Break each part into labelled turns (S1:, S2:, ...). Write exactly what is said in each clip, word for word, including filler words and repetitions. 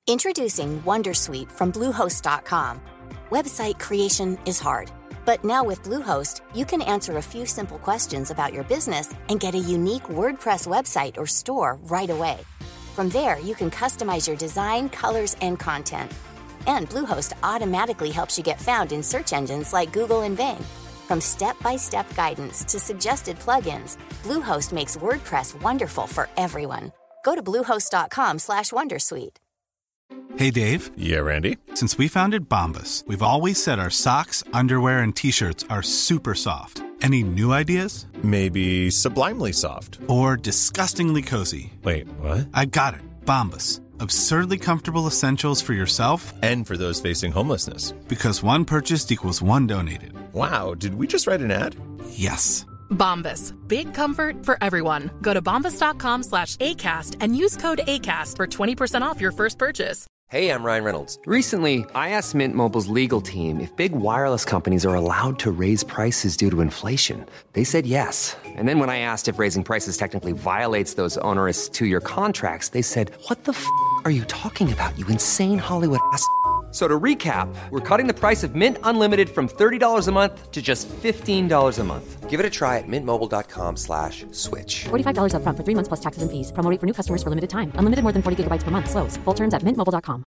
S1: Introducing Wondersuite from Bluehost dot com. Website creation is hard, but now with Bluehost, you can answer a few simple questions about your business and get a unique WordPress website or store right away. From there, you can customize your design, colors, and content. And Bluehost automatically helps you get found in search engines like Google and Bing. From step-by-step guidance to suggested plugins, Bluehost makes WordPress wonderful for everyone. Go to bluehost dot com slash wondersuite.
S2: Hey, Dave.
S3: Yeah, Randy?
S2: Since we founded Bombas, we've always said our socks, underwear, and T-shirts are super soft. Any new ideas?
S3: Maybe sublimely soft.
S2: Or disgustingly cozy.
S3: Wait, what?
S2: I got it. Bombas. Absurdly comfortable essentials for yourself
S3: and for those facing homelessness.
S2: Because one purchased equals one donated.
S3: Wow, did we just write an ad?
S2: Yes.
S4: Bombas. Big comfort for everyone. Go to bombas dot com slash ACAST and use code ACAST for twenty percent off your first purchase.
S5: Hey, I'm Ryan Reynolds. Recently, I asked Mint Mobile's legal team if big wireless companies are allowed to raise prices due to inflation. They said yes. And then when I asked if raising prices technically violates those onerous two-year contracts, they said, what the f*** are you talking about, you insane Hollywood ass f- So to recap, we're cutting the price of Mint Unlimited from thirty dollars a month to just fifteen dollars a month. Give it a try at mintmobile.com slash switch.
S6: forty-five dollars up front for three months plus taxes and fees. Promo rate for new customers for limited time. Unlimited more than forty gigabytes per month. Slows full terms at mint mobile dot com.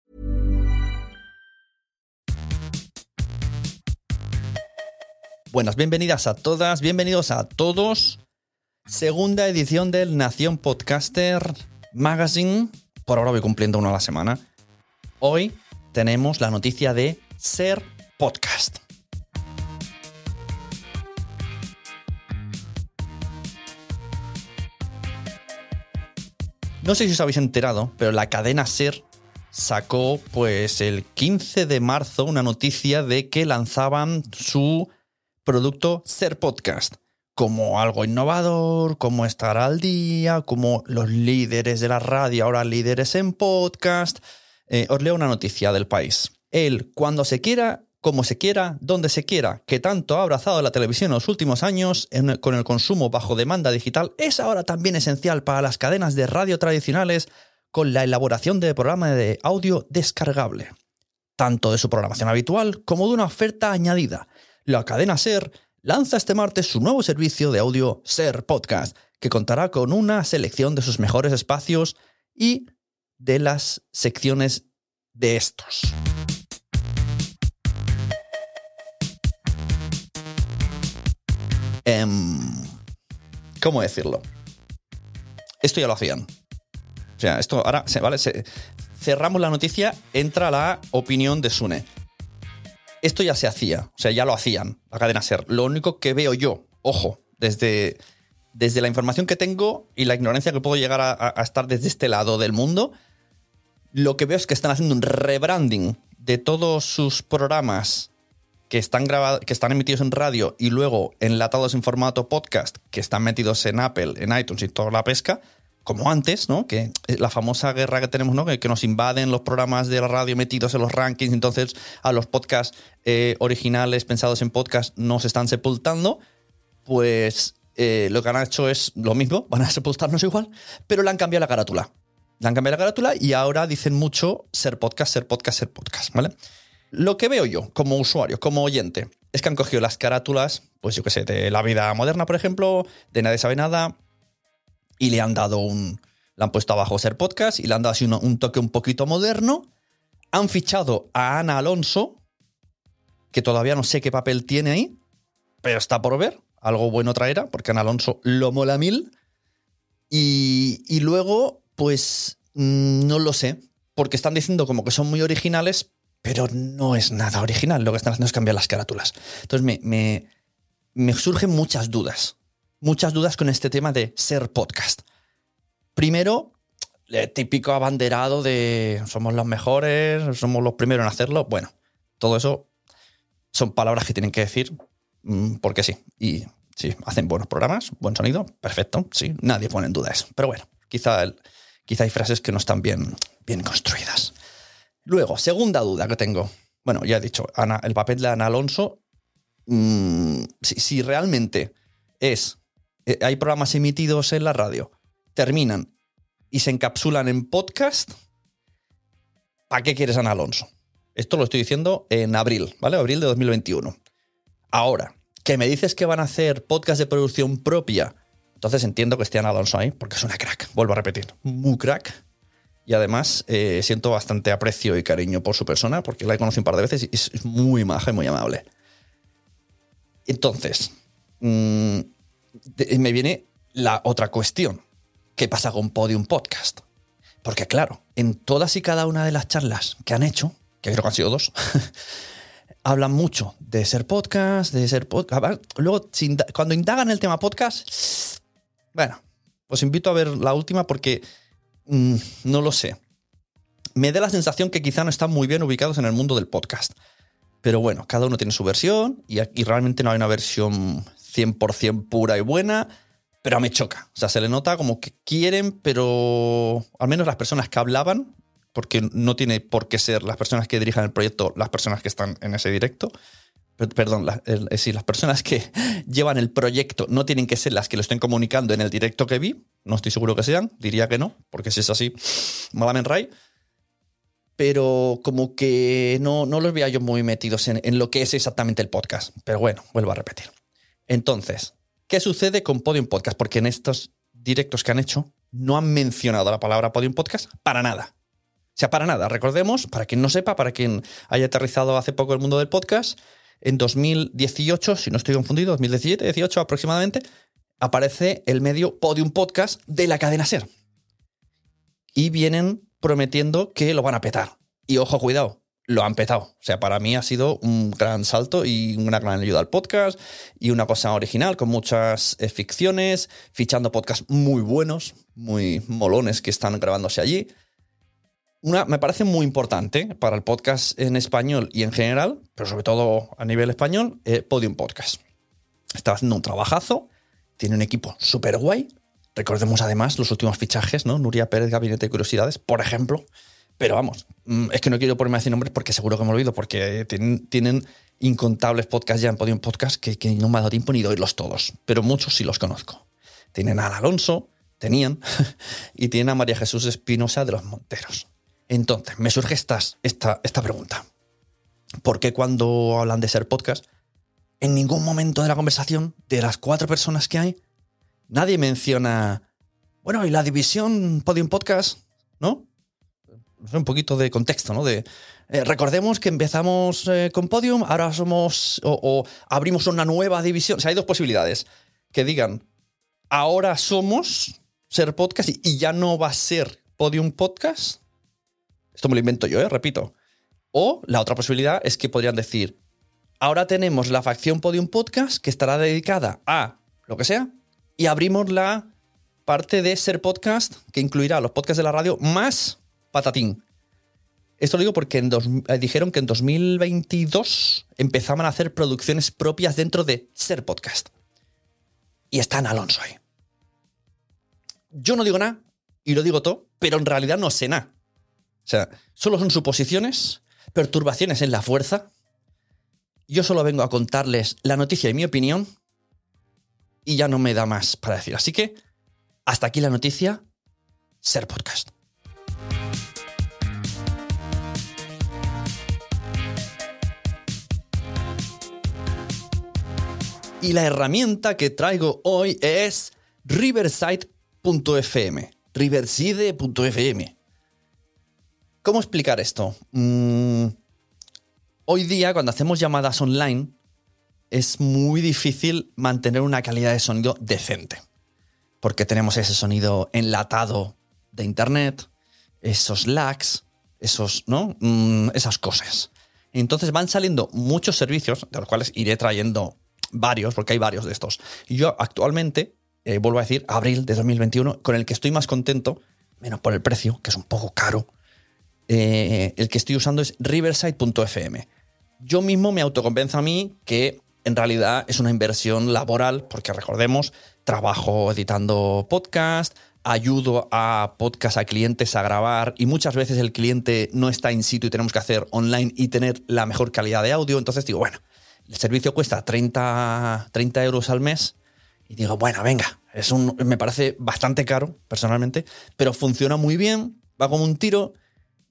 S7: Buenas, bienvenidas a todas, bienvenidos a todos. Segunda edición del Nación Podcaster Magazine. Por ahora voy cumpliendo uno a la semana. Hoy tenemos la noticia de Ser Podcast. No sé si os habéis enterado, pero la cadena Ser sacó pues el quince de marzo una noticia de que lanzaban su producto Ser Podcast como algo innovador, como estar al día, como los líderes de la radio, ahora líderes en podcast. Eh, os leo una noticia del País. Él, cuando se quiera, como se quiera, donde se quiera, que tanto ha abrazado la televisión en los últimos años en, con el consumo bajo demanda digital, es ahora también esencial para las cadenas de radio tradicionales con la elaboración de programa de audio descargable, tanto de su programación habitual como de una oferta añadida. La cadena Ser lanza este martes su nuevo servicio de audio Ser Podcast, que contará con una selección de sus mejores espacios y de las secciones de estos. Um, ¿Cómo decirlo? Esto ya lo hacían. O sea, esto ahora, ¿vale? Se, cerramos la noticia, entra la opinión de Sune. Esto ya se hacía, o sea, ya lo hacían, la cadena Ser. Lo único que veo yo, ojo, desde, desde la información que tengo y la ignorancia que puedo llegar a, a estar desde este lado del mundo, lo que veo es que están haciendo un rebranding de todos sus programas que están grabados, que están emitidos en radio y luego enlatados en formato podcast, que están metidos en Apple, en iTunes y toda la pesca, como antes, ¿no? Que la famosa guerra que tenemos, ¿no? Que, que nos invaden los programas de la radio metidos en los rankings, entonces a los podcasts eh, originales pensados en podcast no se están sepultando, pues eh, lo que han hecho es lo mismo, van a sepultarnos igual, pero le han cambiado la carátula. Le han cambiado la carátula y ahora dicen mucho Ser Podcast, Ser Podcast, Ser Podcast, ¿vale? Lo que veo yo como usuario, como oyente, es que han cogido las carátulas, pues yo qué sé, de La Vida Moderna, por ejemplo, de Nadie Sabe Nada, y le han dado un... Le han puesto abajo Ser Podcast y le han dado así un, un toque un poquito moderno. Han fichado a Ana Alonso, que todavía no sé qué papel tiene ahí, pero está por ver. Algo bueno traerá, porque Ana Alonso lo mola mil. Y, y luego, pues, mmm, no lo sé, porque están diciendo como que son muy originales, pero no es nada original. Lo que están haciendo es cambiar las carátulas. Entonces me, me, me surgen muchas dudas. Muchas dudas con este tema de Ser Podcast. Primero, el típico abanderado de somos los mejores, somos los primeros en hacerlo. Bueno, todo eso son palabras que tienen que decir porque sí. Y sí, hacen buenos programas, buen sonido, perfecto, sí, nadie pone en duda eso. Pero bueno, quizá, el, quizá hay frases que no están bien, bien construidas. Luego, segunda duda que tengo. Bueno, ya he dicho, Ana, el papel de Ana Alonso, mmm, si, si realmente es... Eh, hay programas emitidos en la radio, terminan y se encapsulan en podcast, ¿para qué quieres a Ana Alonso? Esto lo estoy diciendo en abril, ¿vale? Abril de dos mil veintiuno. Ahora, que me dices que van a hacer podcast de producción propia, entonces entiendo que esté Ana Alonso ahí, porque es una crack, vuelvo a repetir, muy crack. Y además eh, siento bastante aprecio y cariño por su persona, porque la he conocido un par de veces y es, es muy maja y muy amable. Entonces, mmm, de, me viene la otra cuestión. ¿Qué pasa con Podium Podcast? Porque claro, en todas y cada una de las charlas que han hecho, que creo que han sido dos, hablan mucho de ser podcast, de ser podcast. Luego, cuando indagan el tema podcast, bueno, os invito a ver la última porque mmm, no lo sé. Me da la sensación que quizá no están muy bien ubicados en el mundo del podcast. Pero bueno, cada uno tiene su versión y aquí realmente no hay una versión cien por ciento pura y buena, pero me choca. O sea, se le nota como que quieren, pero al menos las personas que hablaban, porque no tiene por qué ser las personas que dirijan el proyecto las personas que están en ese directo. Perdón, la, el, es decir, las personas que llevan el proyecto no tienen que ser las que lo estén comunicando en el directo que vi. No estoy seguro que sean, diría que no, porque si es así, malamente ray. Pero como que no, no los veía yo muy metidos en, en lo que es exactamente el podcast. Pero bueno, vuelvo a repetir. Entonces, ¿qué sucede con Podium Podcast? Porque en estos directos que han hecho no han mencionado la palabra Podium Podcast para nada. O sea, para nada. Recordemos, para quien no sepa, para quien haya aterrizado hace poco el mundo del podcast, en dos mil dieciocho, si no estoy confundido, dos mil diecisiete, dieciocho aproximadamente, aparece el medio Podium Podcast de la cadena SER. Y vienen prometiendo que lo van a petar. Y ojo, cuidado, lo han petado. O sea, para mí ha sido un gran salto y una gran ayuda al podcast y una cosa original con muchas eh, ficciones, fichando podcasts muy buenos, muy molones que están grabándose allí. Una, me parece muy importante para el podcast en español y en general, pero sobre todo a nivel español, eh, Podium Podcast. Está haciendo un trabajazo, tiene un equipo súper guay. Recordemos además los últimos fichajes, ¿no? Nuria Pérez, Gabinete de Curiosidades, por ejemplo. Pero vamos, es que no quiero ponerme a decir nombres porque seguro que me olvido, porque tienen, tienen incontables podcasts ya en Podium Podcast que, que no me ha dado tiempo ni de oírlos todos, pero muchos sí los conozco. Tienen a Ana Alonso, tenían, y tienen a María Jesús Espinosa de los Monteros. Entonces, me surge esta, esta, esta pregunta. ¿Por qué cuando hablan de ser podcast, en ningún momento de la conversación, de las cuatro personas que hay, nadie menciona, bueno, y la división Podium Podcast, ¿no? Un poquito de contexto, ¿no? De eh, recordemos que empezamos eh, con Podium, ahora somos, o, o abrimos una nueva división. O sea, hay dos posibilidades. Que digan, ahora somos Ser Podcast y, y ya no va a ser Podium Podcast. Esto me lo invento yo, ¿eh? Repito. O la otra posibilidad es que podrían decir, ahora tenemos la facción Podium Podcast que estará dedicada a lo que sea y abrimos la parte de Ser Podcast que incluirá los podcasts de la radio más patatín. Esto lo digo porque en dos, eh, dijeron que en dos mil veintidós empezaban a hacer producciones propias dentro de Ser Podcast. Y está Ana Alonso ahí. Yo no digo nada y lo digo todo, pero en realidad no sé nada. O sea, solo son suposiciones, perturbaciones en la fuerza. Yo solo vengo a contarles la noticia y mi opinión y ya no me da más para decir. Así que hasta aquí la noticia, Ser Podcast. Y la herramienta que traigo hoy es Riverside punto efe eme. Riverside punto efe eme. ¿Cómo explicar esto? Mm, hoy día, cuando hacemos llamadas online, es muy difícil mantener una calidad de sonido decente. Porque tenemos ese sonido enlatado de internet, esos lags, esos, ¿no? Mm, esas cosas. Entonces van saliendo muchos servicios, de los cuales iré trayendo varios, porque hay varios de estos. Y yo actualmente, eh, vuelvo a decir, abril de dos mil veintiuno, con el que estoy más contento, menos por el precio, que es un poco caro, eh, el que estoy usando es Riverside punto efe eme. Yo mismo me autoconvenzo a mí que en realidad es una inversión laboral, porque recordemos, trabajo editando podcast, ayudo a podcast a clientes a grabar y muchas veces el cliente no está in situ y tenemos que hacer online y tener la mejor calidad de audio. Entonces digo, bueno, el servicio cuesta treinta, treinta euros al mes y digo, bueno, venga, es un, me parece bastante caro personalmente, pero funciona muy bien, va como un tiro,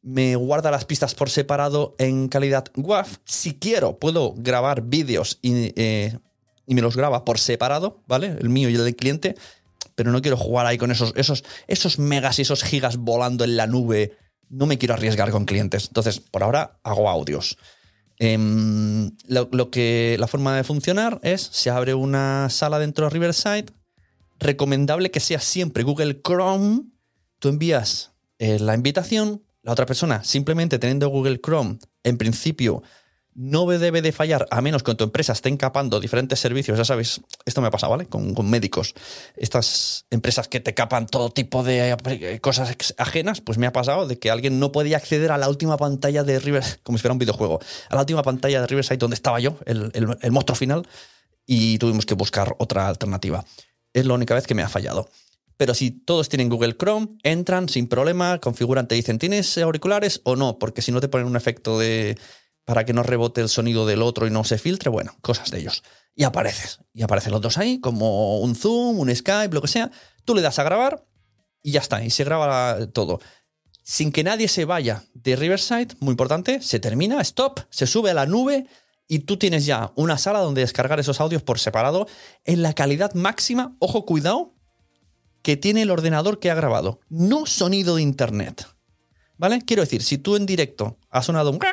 S7: me guarda las pistas por separado en calidad W A V. Si quiero, puedo grabar vídeos y, eh, y me los graba por separado, ¿vale? El mío y el del cliente, pero no quiero jugar ahí con esos, esos, esos megas y esos gigas volando en la nube. No me quiero arriesgar con clientes. Entonces, por ahora, hago audios. Eh, lo, lo que, la forma de funcionar es, se abre una sala dentro de Riverside, recomendable que sea siempre Google Chrome. Tú envías eh, la invitación, la otra persona, simplemente teniendo Google Chrome, en principio no debe de fallar, a menos que en tu empresa estén capando diferentes servicios. Ya sabéis, esto me pasa, ¿vale? Con, con médicos. Estas empresas que te capan todo tipo de cosas ajenas, pues me ha pasado de que alguien no podía acceder a la última pantalla de Riverside, como si fuera un videojuego, a la última pantalla de Riverside donde estaba yo, el, el, el monstruo final, y tuvimos que buscar otra alternativa. Es la única vez que me ha fallado. Pero si todos tienen Google Chrome, entran sin problema, configuran, te dicen, ¿tienes auriculares o no? Porque si no te ponen un efecto de para que no rebote el sonido del otro y no se filtre, bueno, cosas de ellos. Y apareces. Y aparecen los dos ahí, como un Zoom, un Skype, lo que sea. Tú le das a grabar y ya está. Y se graba todo. Sin que nadie se vaya de Riverside, muy importante, se termina, stop, se sube a la nube y tú tienes ya una sala donde descargar esos audios por separado en la calidad máxima, ojo, cuidado, que tiene el ordenador que ha grabado. No sonido de internet. ¿Vale? Quiero decir, si tú en directo has sonado un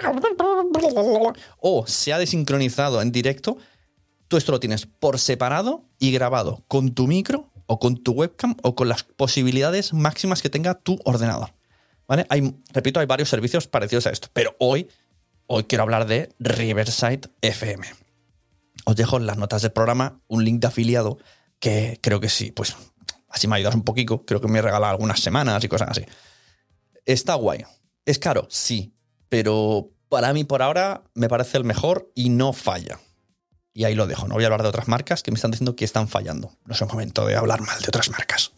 S7: o se ha desincronizado en directo, tú esto lo tienes por separado y grabado con tu micro o con tu webcam o con las posibilidades máximas que tenga tu ordenador. ¿Vale? Hay, repito, hay varios servicios parecidos a esto, pero hoy, hoy quiero hablar de Riverside F M. Os dejo en las notas del programa un link de afiliado que creo que sí, pues así me ayudas un poquito, creo que me regala algunas semanas y cosas así. Está guay. ¿Es caro? Sí. Pero para mí por ahora me parece el mejor y no falla. Y ahí lo dejo. No voy a hablar de otras marcas que me están diciendo que están fallando. No es el momento de hablar mal de otras marcas.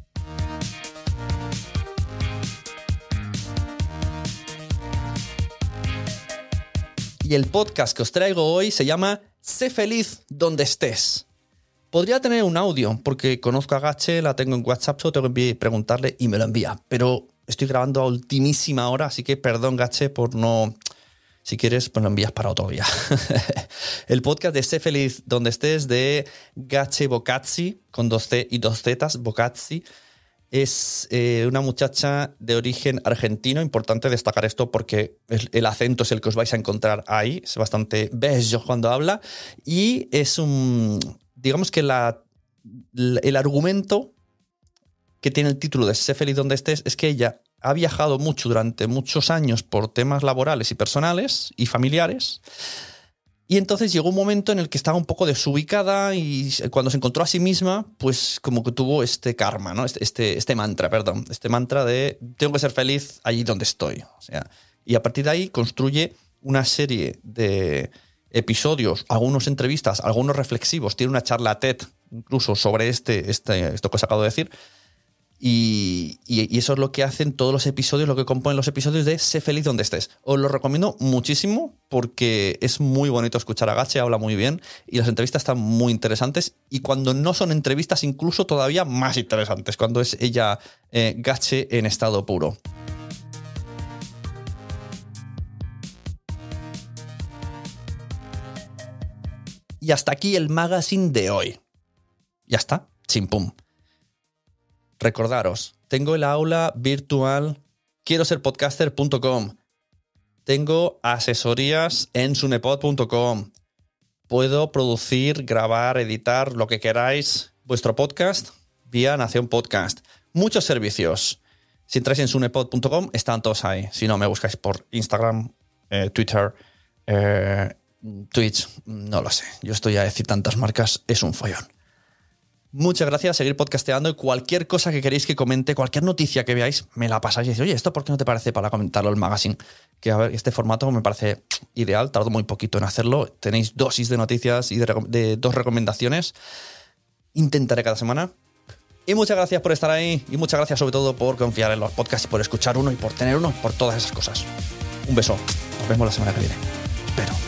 S7: Y el podcast que os traigo hoy se llama Sé feliz donde estés. Podría tener un audio, porque conozco a Gache, la tengo en WhatsApp, solo tengo que preguntarle y me lo envía. Pero estoy grabando a ultimísima hora, así que perdón, Gache, por no... Si quieres, pues lo envías para otro día. El podcast de Sé feliz donde estés de Gache Bocazzi, con dos C y dos Z, Bocazzi. Es eh, una muchacha de origen argentino. Importante destacar esto porque el acento es el que os vais a encontrar ahí. Es bastante bello cuando habla. Y es un... Digamos que la, el argumento que tiene el título de Sé feliz donde estés es que ella ha viajado mucho durante muchos años por temas laborales y personales y familiares. Y entonces llegó un momento en el que estaba un poco desubicada y cuando se encontró a sí misma, pues como que tuvo este karma, ¿no? Este, este, este mantra, perdón. Este mantra de tengo que ser feliz allí donde estoy. O sea, y a partir de ahí construye una serie de episodios, algunos entrevistas, algunos reflexivos. Tiene una charla TED incluso sobre este, este, esto que os acabo de decir. Y, y, y eso es lo que hacen todos los episodios, lo que componen los episodios de Sé feliz donde estés. Os lo recomiendo muchísimo porque es muy bonito escuchar a Gache, habla muy bien y las entrevistas están muy interesantes. Y cuando no son entrevistas, incluso todavía más interesantes, cuando es ella, eh, Gache, en estado puro. Y hasta aquí el magazine de hoy. Ya está, chimpum. Recordaros, tengo el aula virtual quiero ser podcaster punto com. Tengo asesorías en sunepod punto com. Puedo producir, grabar, editar, lo que queráis, vuestro podcast vía Nación Podcast. Muchos servicios. Si entráis en sunepod punto com, están todos ahí. Si no, me buscáis por Instagram, eh, Twitter, eh, Twitch, no lo sé. Yo estoy a decir tantas marcas, es un follón. Muchas gracias, seguir podcasteando y cualquier cosa que queréis que comente, cualquier noticia que veáis, me la pasáis y decís, oye, ¿esto por qué no te parece para comentarlo el magazine? Que a ver, este formato me parece ideal, tardo muy poquito en hacerlo. Tenéis dosis de noticias y de, de dos recomendaciones. Intentaré cada semana. Y muchas gracias por estar ahí y muchas gracias sobre todo por confiar en los podcasts, por escuchar uno y por tener uno, por todas esas cosas. Un beso. Nos vemos la semana que viene. Pero...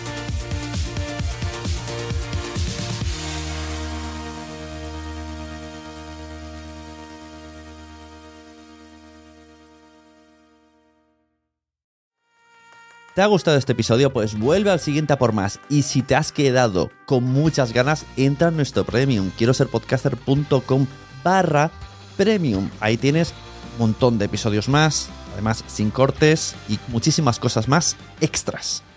S7: ¿Te ha gustado este episodio? Pues vuelve al siguiente a por más. Y si te has quedado con muchas ganas, entra en nuestro Premium. quiero ser podcaster punto com barra Premium. Ahí tienes un montón de episodios más, además sin cortes y muchísimas cosas más extras.